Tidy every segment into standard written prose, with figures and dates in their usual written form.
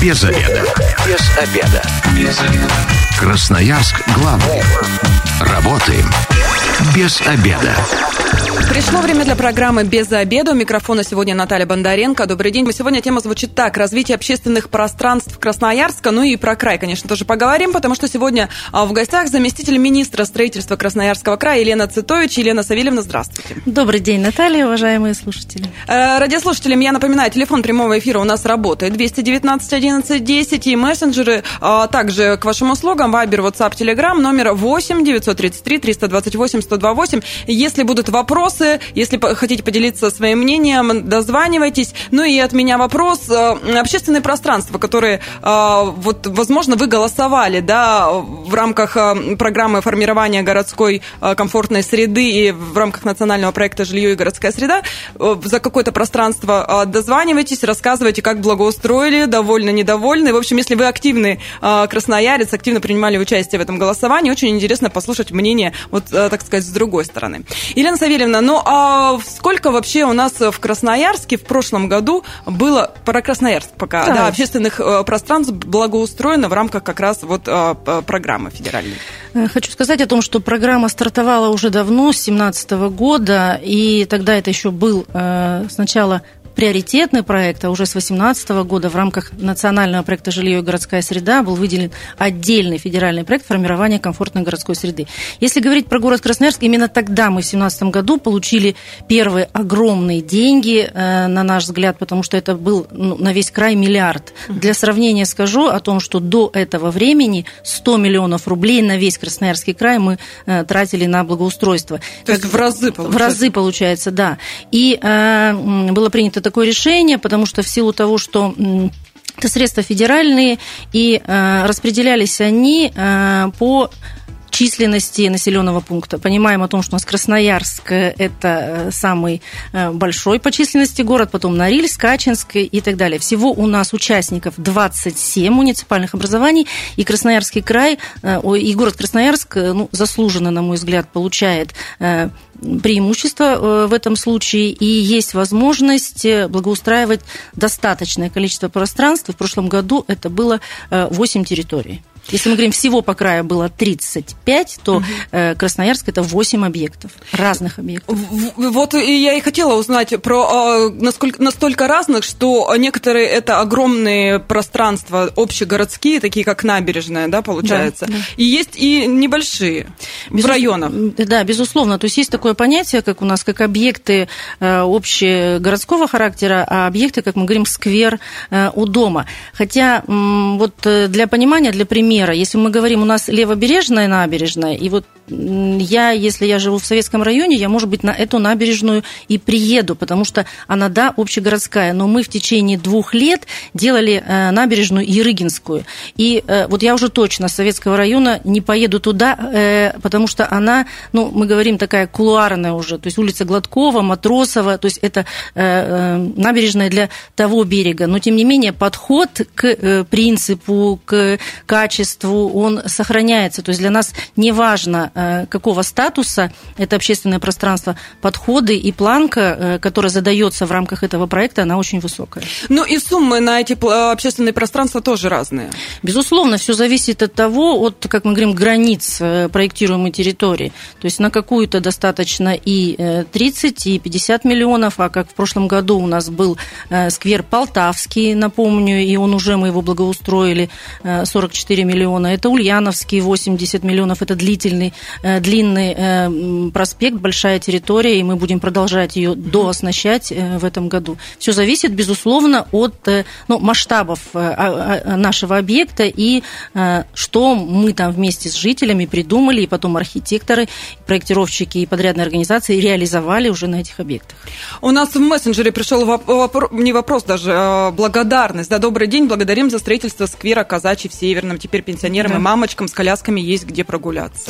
Без обеда. Без обеда. Без обеда. Красноярск главный. Работаем без обеда. Пришло время для программы «Без обеда». У микрофона сегодня Наталья Бондаренко. Добрый день. Сегодня тема звучит так. Развитие общественных пространств Красноярска. Ну и про край, конечно, тоже поговорим, потому что сегодня в гостях заместитель министра строительства Красноярского края Елена Цитович. Елена Савельевна, здравствуйте. Добрый день, Наталья, уважаемые слушатели. Радиослушателям я напоминаю, телефон прямого эфира у нас работает 219 11 10, и мессенджеры также к вашим услугам. Вайбер, WhatsApp, Telegram, номер 8 933 328 128. Если будут вопросы, если хотите поделиться своим мнением, дозванивайтесь. Ну и от меня вопрос. Общественные пространства, которые, вот, возможно, вы голосовали, да, в рамках программы формирования городской комфортной среды и в рамках национального проекта «Жилье и городская среда», за какое-то пространство дозванивайтесь, рассказывайте, как благоустроили, довольны, недовольны. В общем, если вы активный красноярец, активно принимали участие в этом голосовании, очень интересно послушать мнение, вот, так сказать, с другой стороны. Елена Савельевна, ну а сколько вообще у нас в Красноярске в прошлом году было, про Красноярск пока, да, общественных пространств благоустроено в рамках как раз вот программы федеральной? Хочу сказать о том, что программа стартовала уже давно, с 2017 года, и тогда это еще был сначала приоритетный проект, а уже с 2018 года в рамках национального проекта «Жилье и городская среда» был выделен отдельный федеральный проект формирования комфортной городской среды. Если говорить про город Красноярск, именно тогда мы в 2017 году получили первые огромные деньги, на наш взгляд, потому что это был на весь край миллиард. Для сравнения скажу о том, что до этого времени 100 миллионов рублей на весь Красноярский край мы тратили на благоустройство. То есть в разы получается? В разы получается, да. И было принято такое решение, потому что в силу того, что это средства федеральные, и распределялись они по численности населенного пункта. Понимаем о том, что у нас Красноярск – это самый большой по численности город, потом Норильск, Ачинск и так далее. Всего у нас участников 27 муниципальных образований, и Красноярский край, и город Красноярск, ну, заслуженно, на мой взгляд, получает преимущество в этом случае, и есть возможность благоустраивать достаточное количество пространств. В прошлом году это было 8 территорий. Если мы говорим, всего по краю было 35, то Красноярск – это 8 объектов, разных объектов. Вот и я и хотела узнать про настолько разных, что некоторые – это огромные пространства общегородские, такие как набережная, да, получается, да. И есть и небольшие в районах. Да, безусловно. То есть есть такое понятие, как у нас, как объекты общегородского характера, а объекты, как мы говорим, сквер у дома. Хотя вот для понимания, для примера, если мы говорим, у нас левобережная набережная, и вот если я живу в Советском районе, я, может быть, на эту набережную и приеду, потому что она, да, общегородская, но мы в течение 2 лет делали набережную Ерыгинскую. И вот я уже точно с Советского района не поеду туда, потому что она, ну, мы говорим, такая кулуарная уже, то есть улица Гладкова, Матросова, то есть это набережная для того берега, но, тем не менее, подход к принципу, к качеству, он сохраняется, то есть для нас не важно, какого статуса это общественное пространство, подходы и планка, которая задается в рамках этого проекта, она очень высокая. Ну и суммы на эти общественные пространства тоже разные. Безусловно, все зависит от того, как мы говорим, границ проектируемой территории. То есть на какую-то достаточно и 30, и 50 миллионов, а как в прошлом году у нас был сквер Полтавский, напомню, и мы его благоустроили, 44 миллиона. Это Ульяновский, 80 миллионов, это длинный проспект, большая территория, и мы будем продолжать ее дооснащать в этом году. Все зависит, безусловно, от масштабов нашего объекта и что мы там вместе с жителями придумали, и потом архитекторы, проектировщики и подрядные организации реализовали уже на этих объектах. У нас в мессенджере пришел не вопрос даже, благодарность. Да, добрый день, благодарим за строительство сквера Казачий в Северном. Теперь пенсионерам и мамочкам с колясками есть где прогуляться.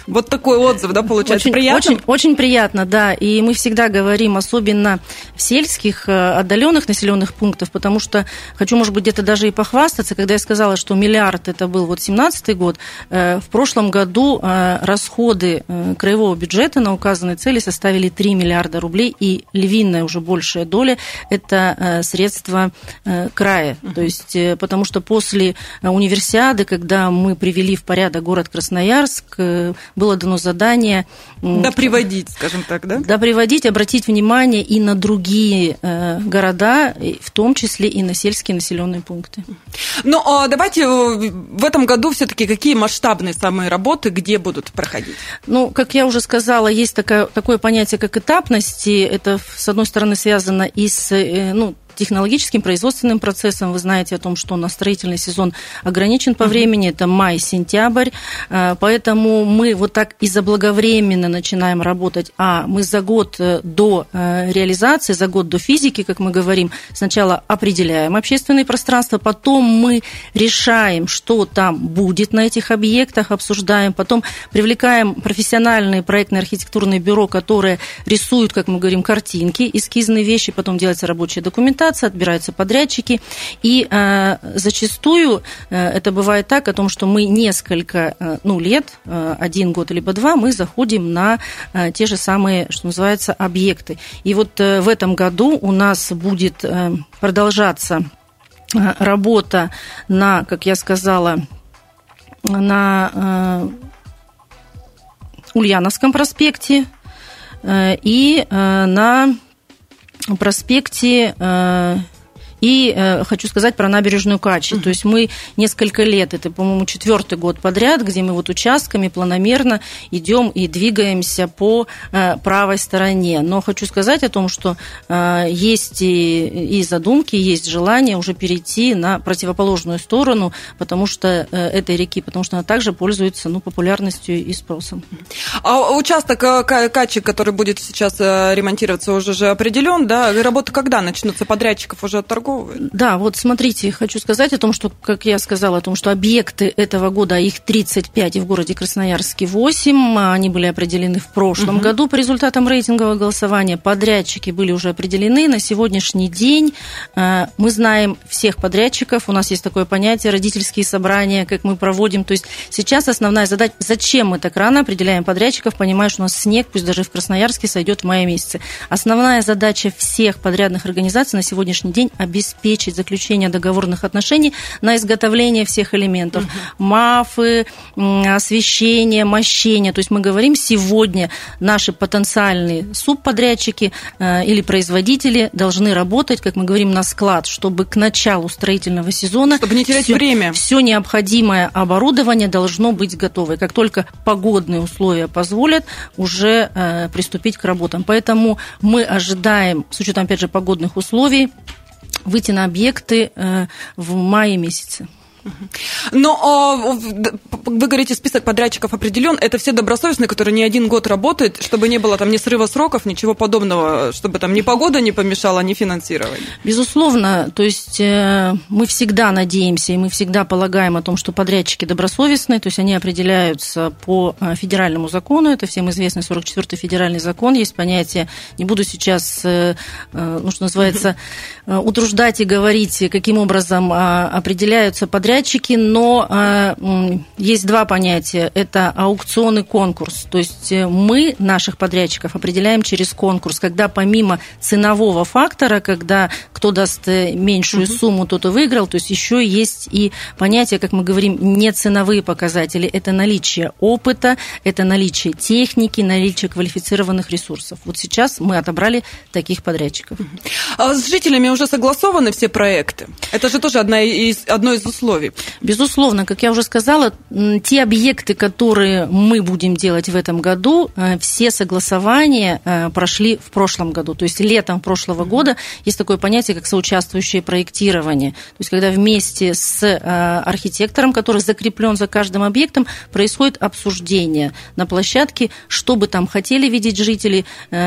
Вот такой отзыв, да, получается, приятно? Очень приятно, да. И мы всегда говорим, особенно в сельских, отдаленных населенных пунктах, потому что хочу, может быть, где-то даже и похвастаться, когда я сказала, что миллиард это был 2017 год, в прошлом году расходы краевого бюджета на указанные цели составили 3 миллиарда рублей, и львиная уже большая доля – это средства края. То есть, потому что после универсиады, когда мы привели в порядок город Красноярск, было дано задание… Доприводить, скажем так, да? Доприводить, обратить внимание и на другие города, в том числе и на сельские населенные пункты. Ну, давайте в этом году все-таки какие масштабные самые работы, где будут проходить? Ну, как я уже сказала, есть такое понятие, как этапности. Это, с одной стороны, связано и с технологическим производственным процессом. Вы знаете о том, что у нас строительный сезон ограничен по времени, это май-сентябрь, поэтому мы вот так и заблаговременно начинаем работать, мы за год до реализации, за год до физики, как мы говорим, сначала определяем общественное пространство, потом мы решаем, что там будет на этих объектах, обсуждаем, потом привлекаем профессиональные проектные архитектурные бюро, которые рисуют, как мы говорим, картинки, эскизные вещи, потом делается рабочая документация, отбираются подрядчики, и зачастую это бывает так, о том, что мы несколько лет, 1 год либо 2, мы заходим на те же самые, что называется, объекты. И вот в этом году у нас будет продолжаться работа на, как я сказала, на Ульяновском проспекте и на проспекте, и хочу сказать про набережную Качи. То есть мы несколько лет, это, по-моему, 4-й год подряд, где мы вот участками планомерно идем и двигаемся по правой стороне. Но хочу сказать о том, что есть и задумки, есть желание уже перейти на противоположную сторону, потому что этой реки, потому что она также пользуется популярностью и спросом. А участок Качи, который будет сейчас ремонтироваться, уже определен, да? Работы когда начнутся? Подрядчиков уже отторговывают? Да, вот смотрите, хочу сказать о том, что, как я сказала, о том, что объекты этого года, их 35, и в городе Красноярске 8, они были определены в прошлом году по результатам рейтингового голосования, подрядчики были уже определены. На сегодняшний день мы знаем всех подрядчиков, у нас есть такое понятие родительские собрания, как мы проводим, то есть сейчас основная задача, зачем мы так рано определяем подрядчиков, понимая, что у нас снег, пусть даже в Красноярске, сойдет в мае месяце. Основная задача всех подрядных организаций на сегодняшний день обеспечить заключение договорных отношений на изготовление всех элементов. МАФы, освещение, мощение. То есть мы говорим, сегодня наши потенциальные субподрядчики или производители должны работать, как мы говорим, на склад, чтобы к началу строительного сезона... Чтобы не терять время. Все необходимое оборудование должно быть готово. И как только погодные условия позволят, уже приступить к работам. Поэтому мы ожидаем, с учетом, опять же, погодных условий, выйти на объекты в мае месяце. Но вы говорите, список подрядчиков определен. Это все добросовестные, которые не 1 год работают, чтобы не было там ни срыва сроков, ничего подобного, чтобы там ни погода не помешала, ни финансирование. Безусловно, то есть мы всегда надеемся и мы всегда полагаем о том, что подрядчики добросовестные, то есть они определяются по федеральному закону, это всем известный 44-й федеральный закон, есть понятие, не буду сейчас, что называется, утруждать и говорить, каким образом определяются подрядчики, но есть 2 понятия. Это аукцион и конкурс. То есть мы наших подрядчиков определяем через конкурс, когда помимо ценового фактора, когда кто даст меньшую сумму, тот и выиграл, то есть еще есть и понятие, как мы говорим, неценовые показатели. Это наличие опыта, это наличие техники, наличие квалифицированных ресурсов. Вот сейчас мы отобрали таких подрядчиков. А с жителями уже согласованы все проекты? Это же тоже одно из условий. Безусловно, как я уже сказала, те объекты, которые мы будем делать в этом году, все согласования прошли в прошлом году. То есть летом прошлого года есть такое понятие, как соучаствующее проектирование. То есть когда вместе с архитектором, который закреплен за каждым объектом, происходит обсуждение на площадке, что бы там хотели видеть жители,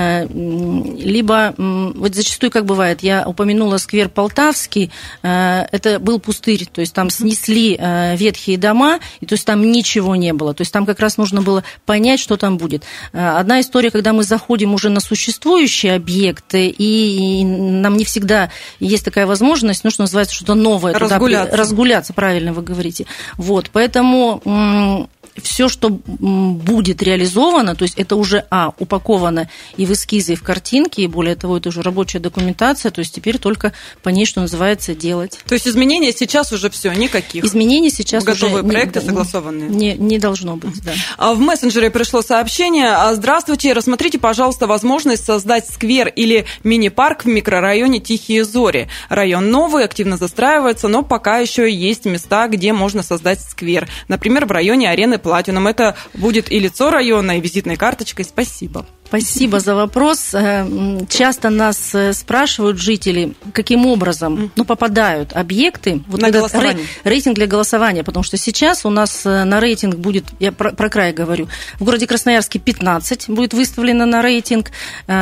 либо, вот зачастую как бывает, я упомянула сквер Полтавский, это был пустырь, то есть там снесли ветхие дома, и то есть там ничего не было. То есть там как раз нужно было понять, что там будет. Одна история, когда мы заходим уже на существующие объекты, и нам не всегда есть такая возможность, ну, что называется, что-то новое. Разгуляться, правильно вы говорите. Вот, поэтому все, что будет реализовано, то есть это уже упаковано и в эскизы, и в картинки, и более того, это уже рабочая документация, то есть теперь только по ней, что называется, делать. То есть изменений сейчас уже все, никаких? Изменений сейчас готовые уже проекты согласованные? Не должно быть, да. В мессенджере пришло сообщение. Здравствуйте, рассмотрите, пожалуйста, возможность создать сквер или мини-парк в микрорайоне Тихие Зори. Район новый, активно застраивается, но пока еще есть места, где можно создать сквер. Например, в районе Арены Платинум. Это будет и лицо района, и визитной карточкой. Спасибо. Спасибо за вопрос. Часто нас спрашивают жители, каким образом попадают объекты вот на голосование. Рейтинг для голосования, потому что сейчас у нас на рейтинг будет, я про край говорю, в городе Красноярске 15 будет выставлено на рейтинг,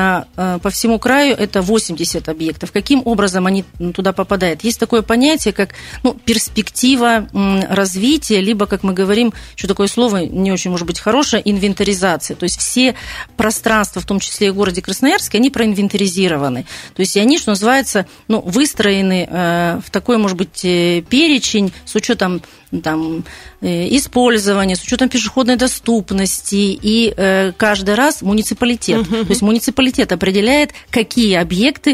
по всему краю это 80 объектов. Каким образом они туда попадают? Есть такое понятие, как перспектива развития, либо, как мы говорим, что такое слово не очень, может быть, хорошее, инвентаризация. То есть все пространства, в том числе и в городе Красноярске, они проинвентаризированы. То есть они, что называется, выстроены в такой, может быть, перечень с учетом использования, с учетом пешеходной доступности, и каждый раз муниципалитет. То есть муниципалитет определяет, какие объекты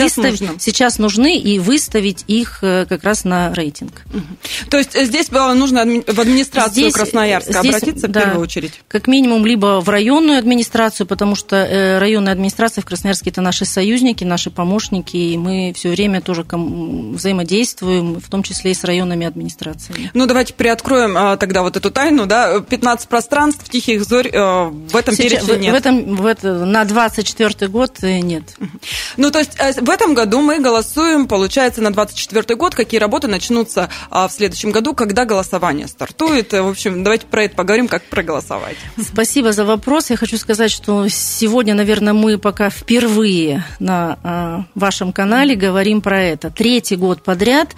сейчас нужны, и выставить их как раз на рейтинг. То есть здесь нужно в администрацию Красноярска обратиться в первую очередь? Как минимум, либо в районную администрацию, потому что районная администрация в Красноярске – это наши союзники, наши помощники, и мы все время тоже взаимодействуем, в том числе и с районными администрациями. Давайте приоткроем тогда вот эту тайну, да, 15 пространств Тихих Зорь в этом перечне нет. На 24-й год нет. То есть в этом году мы голосуем, получается, на 24-й год. Какие работы начнутся в следующем году, когда голосование стартует? В общем, давайте про это поговорим, как проголосовать. Спасибо за вопрос. Я хочу сказать, что сегодня, наверное, мы пока впервые на вашем канале говорим про это. 3-й год подряд,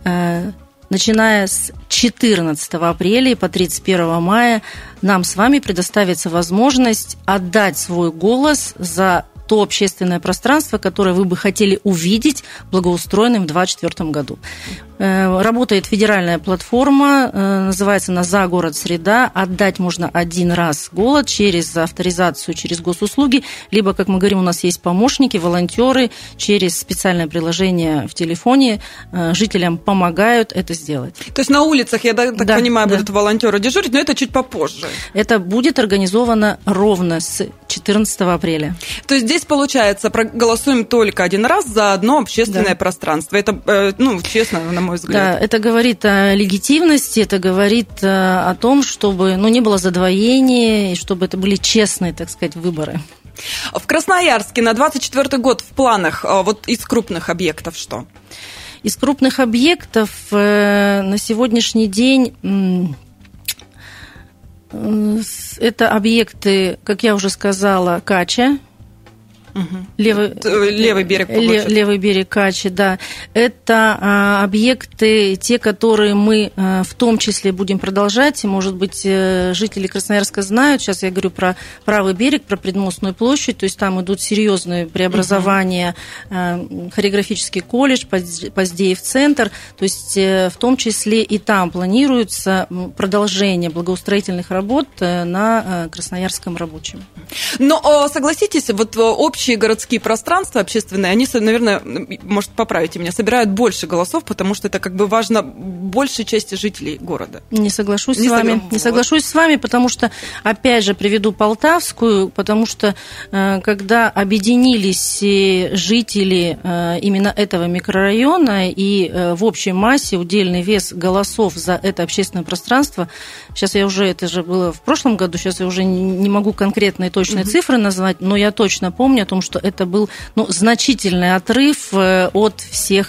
начиная с 14 апреля и по 31 мая, нам с вами предоставится возможность отдать свой голос за то общественное пространство, которое вы бы хотели увидеть благоустроенным в 2024 году. Работает федеральная платформа, называется она «За город среда». Отдать можно один раз голос через авторизацию, через госуслуги, либо, как мы говорим, у нас есть помощники, волонтеры, через специальное приложение в телефоне жителям помогают это сделать. То есть на улицах, я так понимаю, будут волонтеры дежурить, но это чуть попозже. Это будет организовано ровно с 14 апреля. То есть здесь, получается, проголосуем только один раз за одно общественное пространство. Это, честно, на мой взгляд. Да, это говорит о легитимности, это говорит о том, чтобы не было задвоения, и чтобы это были честные, так сказать, выборы. В Красноярске на 2024 год в планах вот из крупных объектов что? Из крупных объектов на сегодняшний день это объекты, как я уже сказала, Кача. Левый берег. Левый берег Качи, да. Это объекты, те, которые мы в том числе будем продолжать. Может быть, жители Красноярска знают. Сейчас я говорю про правый берег, про Предмостную площадь. То есть там идут серьезные преобразования. Хореографический колледж, Поздеев-центр. То есть в том числе и там планируется продолжение благоустроительных работ на Красноярском рабочем. Но согласитесь, вот общие городские пространства общественные, они, наверное, может, поправите меня, собирают больше голосов, потому что это как бы важно большей части жителей города. Не соглашусь с вами. Не соглашусь с вами, потому что, опять же, приведу Полтавскую, потому что когда объединились жители именно этого микрорайона и в общей массе удельный вес голосов за это общественное пространство, сейчас я уже, это же было в прошлом году, сейчас я уже не могу конкретные точные цифры назвать, но я точно помню о том, что это был значительный отрыв от всех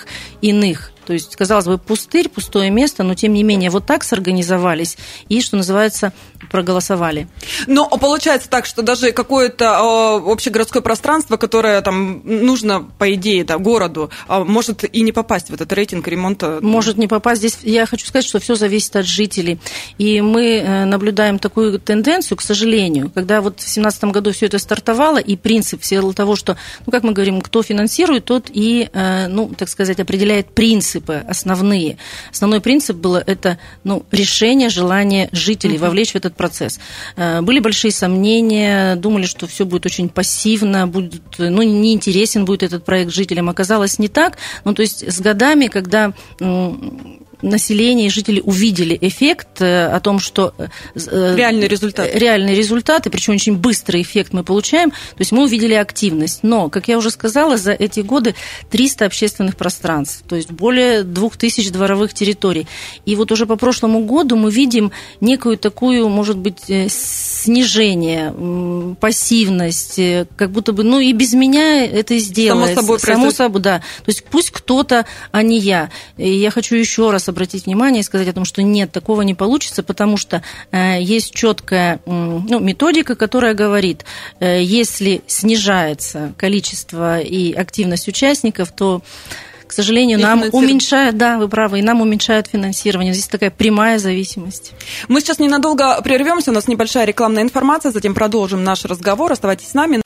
иных. То есть, казалось бы, пустое место, но тем не менее вот так сорганизовались и, что называется, проголосовали. Но получается так, что даже какое-то общегородское пространство, которое там нужно, по идее, городу, может и не попасть в этот рейтинг ремонта? Может не попасть. Здесь я хочу сказать, что все зависит от жителей. И мы наблюдаем такую тенденцию, к сожалению, когда вот в 2017 году все это стартовало, и принцип в силу того, что, как мы говорим, кто финансирует, тот и, так сказать, определяет принципы основные. Основной принцип было это решение, желание жителей вовлечь в этот процесс. Были большие сомнения, думали, что все будет очень пассивно, неинтересен будет этот проект жителям. Оказалось не так. То есть с годами, когда население и жители увидели эффект о том, что реальный результат, и причем очень быстрый эффект мы получаем, то есть мы увидели активность. Но, как я уже сказала, за эти годы 300 общественных пространств, то есть более 2000 дворовых территорий. И вот уже по прошлому году мы видим некую такую, может быть, снижение, пассивность, как будто бы, и без меня это сделает. Само собой, да. То есть пусть кто-то, а не я. И я хочу еще раз обратить внимание и сказать о том, что нет, такого не получится, потому что есть четкая методика, которая говорит, если снижается количество и активность участников, то, к сожалению, нам уменьшают, да, вы правы, и нам уменьшают финансирование. Здесь такая прямая зависимость. Мы сейчас ненадолго прервемся, у нас небольшая рекламная информация, затем продолжим наш разговор. Оставайтесь с нами.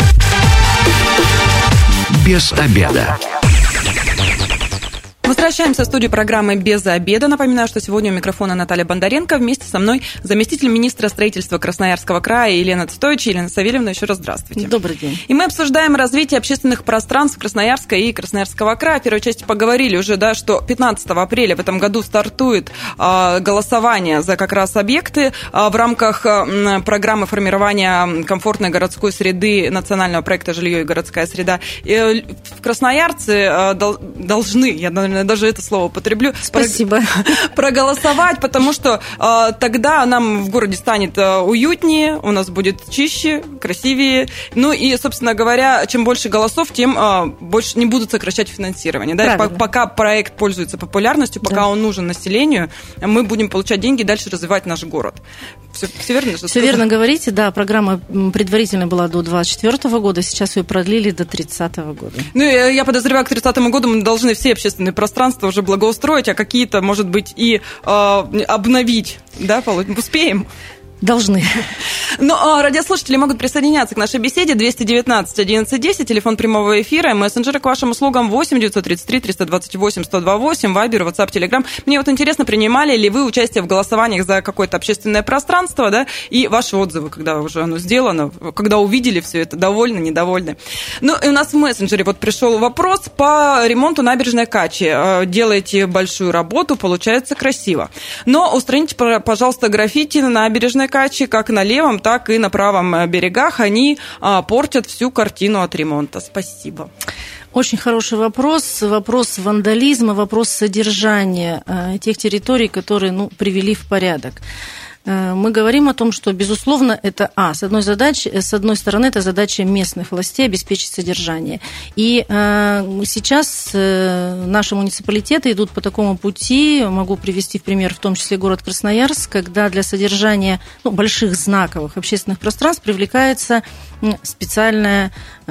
Без обеда. Возвращаемся в студию программы «Без обеда». Напоминаю, что сегодня у микрофона Наталья Бондаренко. Вместе со мной заместитель министра строительства Красноярского края Елена Цитович. Елена Савельевна, еще раз здравствуйте. Добрый день. И мы обсуждаем развитие общественных пространств Красноярска и Красноярского края. В первой части поговорили уже, что 15 апреля в этом году стартует голосование за как раз объекты в рамках программы формирования комфортной городской среды национального проекта «Жилье и городская среда». И красноярцы должны, я, наверное, даже это слово употреблю. Спасибо. Проголосовать, потому что тогда нам в городе станет уютнее, у нас будет чище, красивее. И, собственно говоря, чем больше голосов, тем больше не будут сокращать финансирование. Да? Пока проект пользуется популярностью, пока он нужен населению, мы будем получать деньги и дальше развивать наш город. Все верно? Все верно говорите, да. Программа предварительно была до 2024 года, сейчас ее продлили до 2030 года. Я подозреваю, к 2030 году мы должны все общественные пространства уже благоустроить, а какие-то, может быть, и обновить. Да, успеем? Должны. Но радиослушатели могут присоединяться к нашей беседе. 219 11 10, телефон прямого эфира, мессенджеры к вашим услугам 8 933 328 128, Вайбер, WhatsApp, Telegram. Мне интересно, принимали ли вы участие в голосованиях за какое-то общественное пространство, да, и ваши отзывы, когда уже оно сделано, когда увидели все это, довольны, недовольны. И у нас в мессенджере пришел вопрос по ремонту набережной Качи. Делаете большую работу, получается красиво. Но устраните, пожалуйста, граффити на набережной Качи, как на левом, так и на правом берегах. Они портят всю картину от ремонта. Спасибо. Очень хороший вопрос. Вопрос вандализма, вопрос содержания тех территорий, которые привели в порядок. Мы говорим о том, что, безусловно, это с одной стороны, это задача местных властей обеспечить содержание. И сейчас наши муниципалитеты идут по такому пути, могу привести в пример, в том числе город Красноярск, когда для содержания больших знаковых общественных пространств привлекается специальная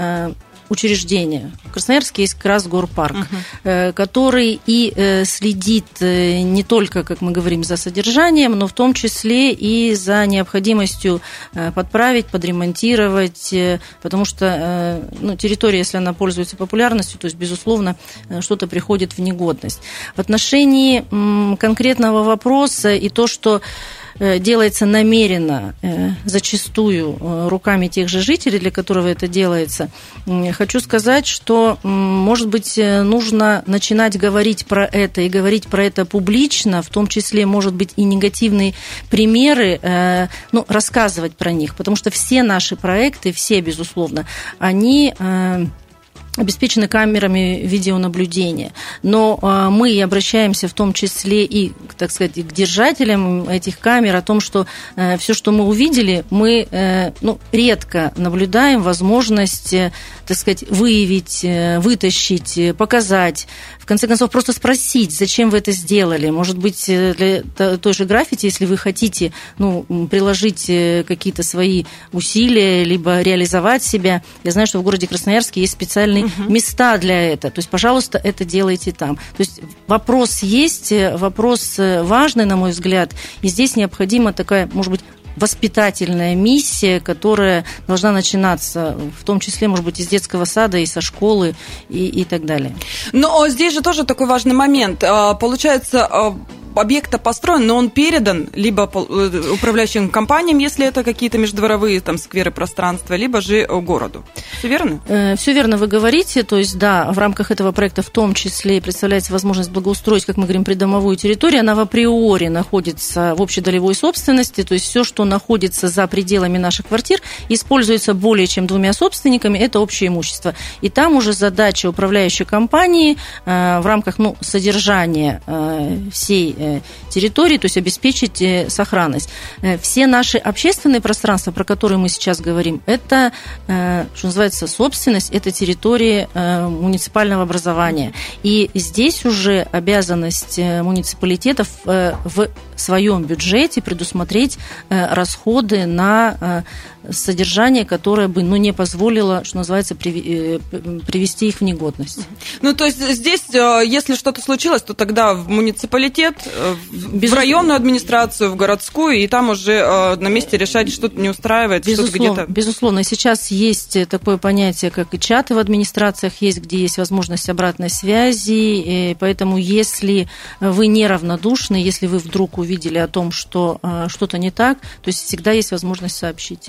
учреждение. В Красноярске есть Красгорпарк, который и следит не только, как мы говорим, за содержанием, но в том числе и за необходимостью подправить, подремонтировать, потому что территория, если она пользуется популярностью, то есть, безусловно, что-то приходит в негодность. В отношении конкретного вопроса и то, что делается намеренно, зачастую руками тех же жителей, для которого это делается, хочу сказать, что, может быть, нужно начинать говорить про это и говорить про это публично, в том числе, может быть, и негативные примеры, рассказывать про них, потому что все наши проекты, все, безусловно, они обеспечены камерами видеонаблюдения. Но мы обращаемся в том числе и, так сказать, к держателям этих камер о том, что все, что мы увидели, мы редко наблюдаем возможность, так сказать, выявить, вытащить, показать. в конце концов, просто спросить, зачем вы это сделали. Может быть, для той же граффити, если вы хотите приложить какие-то свои усилия, либо реализовать себя. Я знаю, что в городе Красноярске есть специальные места для этого. То есть, пожалуйста, это делайте там. То есть вопрос есть, вопрос важный, на мой взгляд, и здесь необходима такая, может быть, воспитательная миссия, которая должна начинаться, в том числе, может быть, из детского сада, и со школы, и так далее. Но здесь же тоже такой важный момент. Получается, объект построен, но он передан либо управляющим компаниям, если это какие-то междворовые там скверы, пространства, либо же городу. Все верно? Все верно вы говорите. То есть, да, в рамках этого проекта в том числе представляется возможность благоустроить, как мы говорим, придомовую территорию. Она в априори находится в общедолевой собственности, то есть все, что находится за пределами наших квартир, используется более чем 2 собственниками, это общее имущество. И там уже задача управляющей компании в рамках содержания всей территории, то есть обеспечить сохранность. Все наши общественные пространства, про которые мы сейчас говорим, это, что называется, собственность, это территории муниципального образования. И здесь уже обязанность муниципалитетов в своем бюджете предусмотреть расходы на содержание, которое бы не позволило, что называется, привести их в негодность. То есть здесь, если что-то случилось, то тогда в муниципалитет, в районную администрацию, в городскую, и там уже на месте решать, что-то не устраивает, что-то где-то. Безусловно. Сейчас есть такое понятие, как и чаты в администрациях, есть, где есть возможность обратной связи, и поэтому если вы неравнодушны, если вы вдруг увидели о том, что что-то не так, то есть всегда есть возможность сообщить.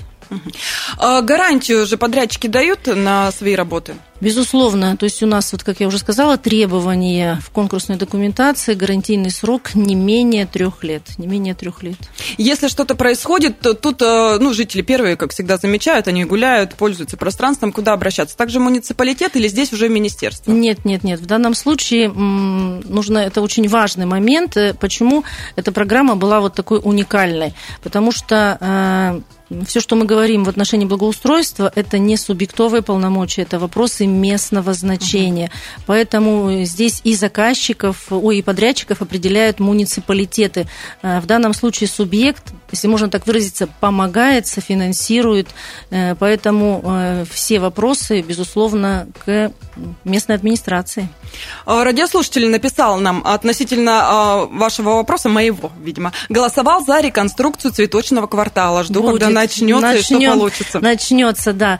Гарантию же подрядчики дают на свои работы? Безусловно. То есть у нас, как я уже сказала, требования в конкурсной документации, гарантийный срок не менее 3 лет. Не менее 3 лет. Если что-то происходит, то тут жители первые, как всегда, замечают, они гуляют, пользуются пространством, куда обращаться? Также муниципалитет или здесь уже министерство? Нет. В данном случае нужно, это очень важный момент. Почему эта программа была вот такой уникальной? Потому что все, что мы говорим в отношении благоустройства, это не субъектовые полномочия, это вопросы местного значения. Поэтому здесь и заказчиков, и подрядчиков определяют муниципалитеты. В данном случае субъект, если можно так выразиться, помогает, софинансирует. Поэтому все вопросы, безусловно, к местной администрации. Радиослушатель написал нам относительно вашего вопроса, моего, видимо. Голосовал за реконструкцию цветочного квартала. Жду, когда начнется и что получится. Начнется, да.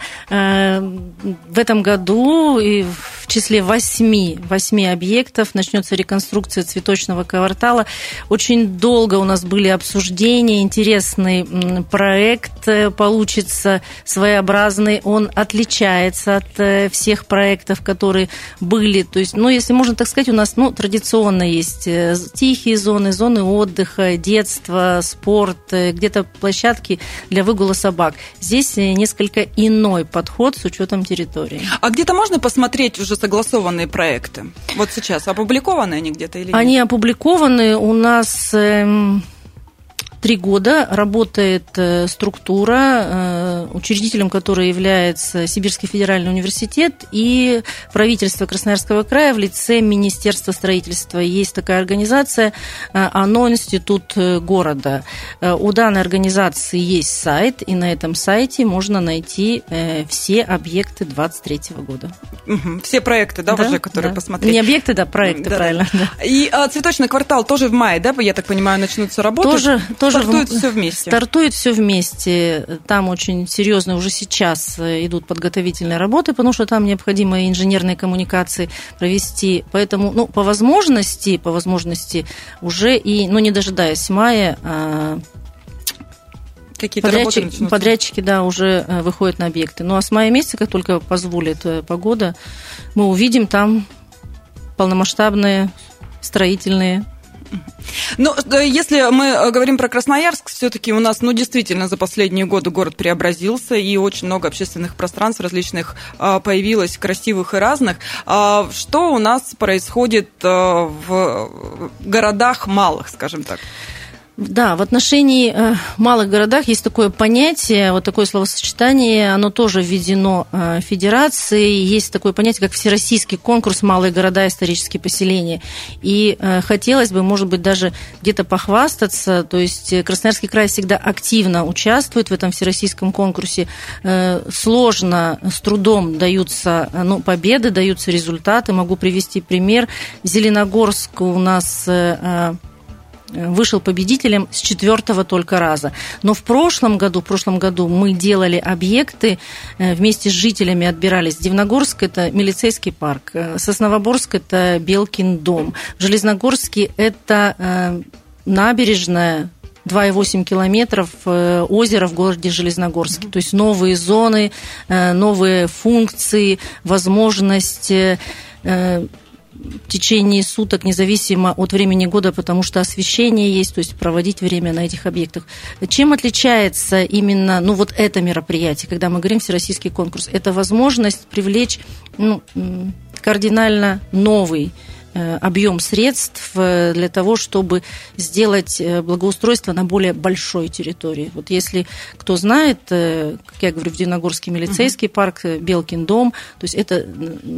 В этом году и в числе 8 объектов начнется реконструкция цветочного квартала. Очень долго у нас были обсуждения, интересный проект получится, своеобразный. Он отличается от всех проектов, которые были. То есть, если можно так сказать, у нас традиционно есть тихие зоны, зоны отдыха, детства, спорт, где-то площадки для выгула собак. Здесь несколько иной подход с учетом территории. А где-то можно посмотреть уже согласованные проекты? Вот сейчас опубликованы они где-то или нет? Они опубликованы. У нас 3 года работает структура, учредителем которой является Сибирский федеральный университет и правительство Красноярского края в лице Министерства строительства. Есть такая организация, ОНО «Институт города». У данной организации есть сайт, и на этом сайте можно найти все объекты 2023 года. Все проекты, да, уже, которые посмотреть? Не объекты, проекты, правильно. Да. И цветочный квартал тоже в мае, да, я так понимаю, начнутся работы? Тоже стартует все вместе. Стартует все вместе. Там очень серьезно уже сейчас идут подготовительные работы, потому что там необходимо инженерные коммуникации провести. Поэтому, по возможности уже и, не дожидаясь мая, какие-то подрядчики, уже выходят на объекты. А с мая месяца, как только позволит погода, мы увидим там полномасштабные строительные. Если мы говорим про Красноярск, все-таки у нас, действительно, за последние годы город преобразился, и очень много общественных пространств различных появилось, красивых и разных. Что у нас происходит в городах малых, скажем так? Да, в отношении малых городах есть такое понятие, вот такое словосочетание, оно тоже введено Федерацией. Есть такое понятие, как всероссийский конкурс «Малые города и исторические поселения». И хотелось бы, может быть, даже где-то похвастаться, то есть Красноярский край всегда активно участвует в этом всероссийском конкурсе. Сложно, с трудом даются победы, даются результаты. Могу привести пример. Зеленогорск у нас вышел победителем с 4-го только раза. Но в прошлом году мы делали объекты, вместе с жителями отбирались. Дивногорск – это Милицейский парк, Сосновоборск – это Белкин дом, в Железногорске – это набережная, 2,8 километров озера в городе Железногорске. То есть новые зоны, новые функции, возможность в течение суток, независимо от времени года, потому что освещение есть, то есть проводить время на этих объектах. Чем отличается именно это мероприятие, когда мы говорим всероссийский конкурс? Это возможность привлечь кардинально новый объем средств для того, чтобы сделать благоустройство на более большой территории. Вот если кто знает, как я говорю, в Дивногорске Милицейский парк, Белкин дом, то есть это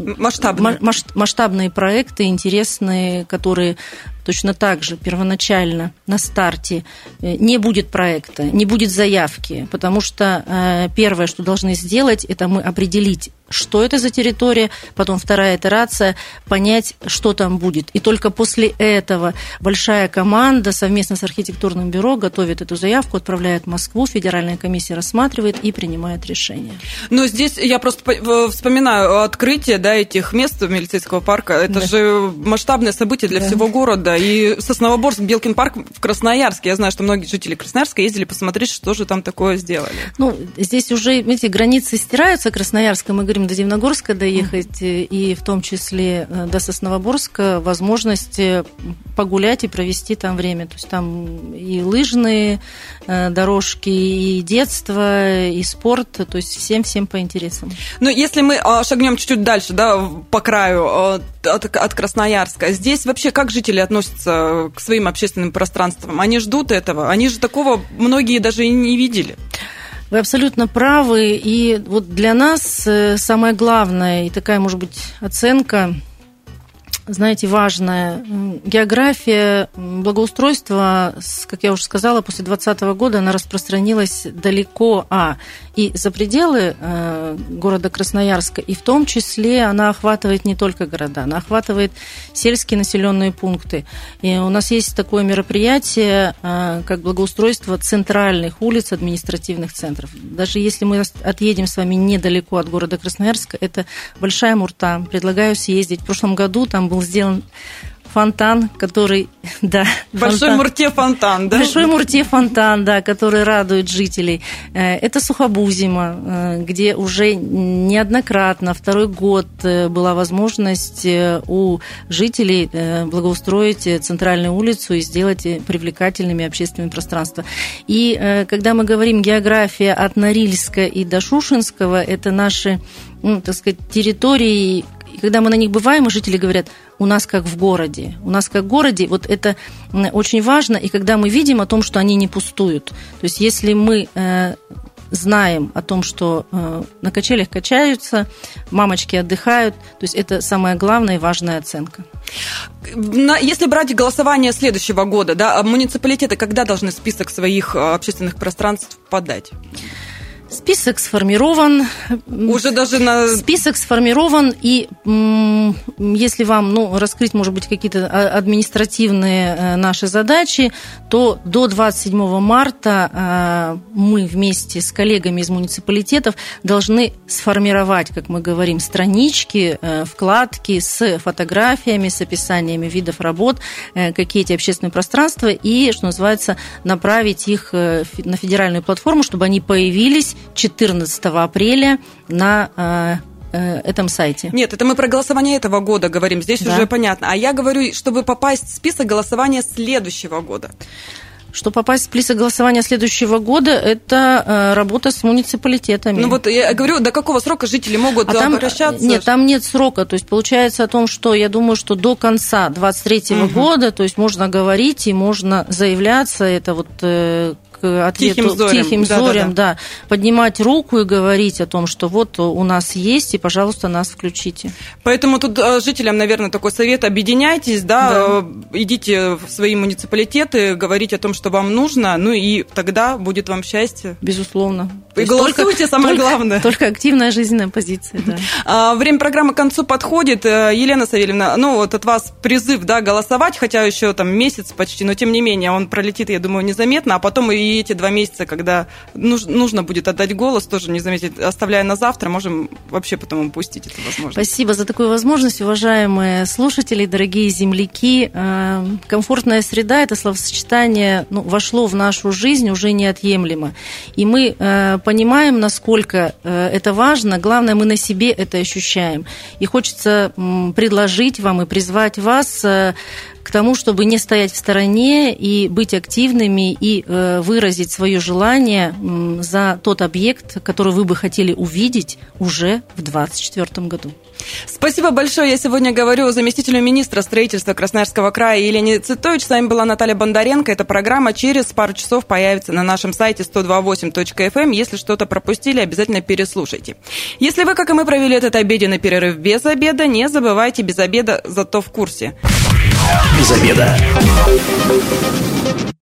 масштабные проекты, интересные, которые точно так же первоначально на старте не будет проекта, не будет заявки, потому что первое, что должны сделать, это мы определить, что это за территория, потом вторая итерация, понять, что там будет. И только после этого большая команда совместно с архитектурным бюро готовит эту заявку, отправляет в Москву, федеральная комиссия рассматривает и принимает решение. Но здесь я просто вспоминаю открытие этих мест Милицейского парка. Это же масштабное событие для всего города. И Сосновоборск, Белкин парк в Красноярске. Я знаю, что многие жители Красноярска ездили посмотреть, что же там такое сделали. Здесь уже, видите, границы стираются Красноярска. Мы говорим, до Дивногорска доехать, и в том числе до Сосновоборска возможность погулять и провести там время. То есть там и лыжные дорожки, и детство, и спорт, то есть всем по интересам. Если мы шагнем чуть-чуть дальше, по краю от Красноярска, здесь вообще как жители относятся к своим общественным пространствам? Они ждут этого? Они же такого многие даже и не видели. Вы абсолютно правы. И вот для нас самое главное, и такая, может быть, оценка, знаете, важная. География благоустройства, как я уже сказала, после 2020 года она распространилась далеко и за пределы города Красноярска, и в том числе она охватывает не только города, она охватывает сельские населенные пункты. И у нас есть такое мероприятие, как благоустройство центральных улиц административных центров. Даже если мы отъедем с вами недалеко от города Красноярска, это Большая Мурта. Предлагаю съездить. В прошлом году там был сделан фонтан, который... Большой Мурте фонтан, да? Большой Мурте фонтан, да, который радует жителей. Это Сухобузимо, где уже неоднократно, второй год была возможность у жителей благоустроить центральную улицу и сделать привлекательными общественные пространства. И когда мы говорим география от Норильска и до Шушинского, это наши, территории. И когда мы на них бываем, и жители говорят, у нас как в городе. У нас как в городе, вот это очень важно. И когда мы видим о том, что они не пустуют. То есть если мы знаем о том, что на качелях качаются, мамочки отдыхают, то есть это самая главная и важная оценка. Если брать голосование следующего года, муниципалитеты когда должны список своих общественных пространств подать? Список сформирован. Уже даже Список сформирован, и если вам раскрыть, может быть, какие-то административные наши задачи, то до 27 марта мы вместе с коллегами из муниципалитетов должны сформировать, как мы говорим, странички, вкладки с фотографиями, с описаниями видов работ, какие эти общественные пространства, и, что называется, направить их на федеральную платформу, чтобы они появились 14 апреля на этом сайте. Нет, это мы про голосование этого года говорим, здесь уже понятно. А я говорю, чтобы попасть в список голосования следующего года. Что попасть в список голосования следующего года, это работа с муниципалитетами. Ну вот я говорю, до какого срока жители могут обращаться? Нет, там нет срока. То есть получается о том, что я думаю, что до конца 2023 года, то есть можно говорить и можно заявляться, это вот к ответу тихим зорям, да, поднимать руку и говорить о том, что вот у нас есть, и, пожалуйста, нас включите. Поэтому тут жителям, наверное, такой совет: объединяйтесь, да, идите в свои муниципалитеты, говорите о том, что вам нужно, ну и тогда будет вам счастье. Безусловно. И голосуйте, самое главное. Только активная жизненная позиция, да. Время программы к концу подходит. Елена Савельевна, ну вот от вас призыв, да, голосовать, хотя еще там месяц почти, но тем не менее он пролетит, я думаю, незаметно, а потом и эти 2 месяца, когда нужно будет отдать голос, тоже не заметить, оставляя на завтра, можем вообще потом упустить эту возможность. Спасибо за такую возможность, уважаемые слушатели, дорогие земляки. Комфортная среда, это словосочетание, вошло в нашу жизнь уже неотъемлемо. И мы понимаем, насколько это важно, главное, мы на себе это ощущаем. И хочется предложить вам и призвать вас к тому, чтобы не стоять в стороне и быть активными и выразить свое желание за тот объект, который вы бы хотели увидеть уже в 2024 году. Спасибо большое. Я сегодня говорю заместителю министра строительства Красноярского края Елене Цитович. С вами была Наталья Бондаренко. Эта программа через пару часов появится на нашем сайте 102.8.fm. Если что-то пропустили, обязательно переслушайте. Если вы, как и мы, провели этот обеденный перерыв без обеда, не забывайте: без обеда, зато в курсе. Без обеда.